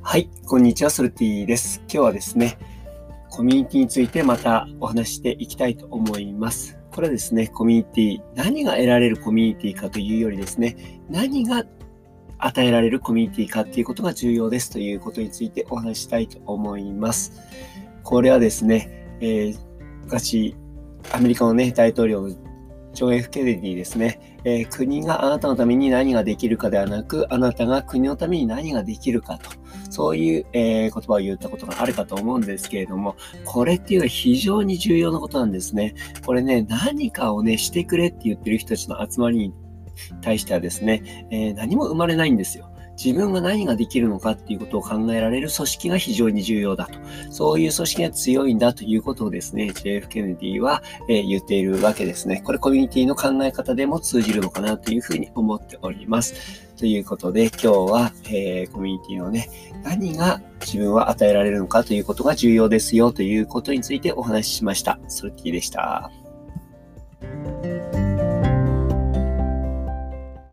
はい、こんにちは、ソルティです。今日はですね、コミュニティについてまたお話していきたいと思います。これはですね、コミュニティ、何が得られるコミュニティかというよりですね、何が与えられるコミュニティかということが重要ですということについてお話したいと思います。これはですね、昔、アメリカのね、大統領、ジョン・ F・ケネディですね、国があなたのために何ができるかではなく、あなたが国のために何ができるかと、そういう、言葉を言ったことがあるかと思うんですけれども、これっていうのは非常に重要なことなんですね。これね、何かをね、してくれって言ってる人たちの集まりに対してはですね、何も生まれないんですよ。自分が何ができるのかっていうことを考えられる組織が非常に重要だと。そういう組織が強いんだということをですね、JF ケネディは、言っているわけですね。これコミュニティの考え方でも通じるのかなというふうに思っております。ということで今日は、コミュニティのね、何が自分は与えられるのかということが重要ですよということについてお話ししました。ソルティでした。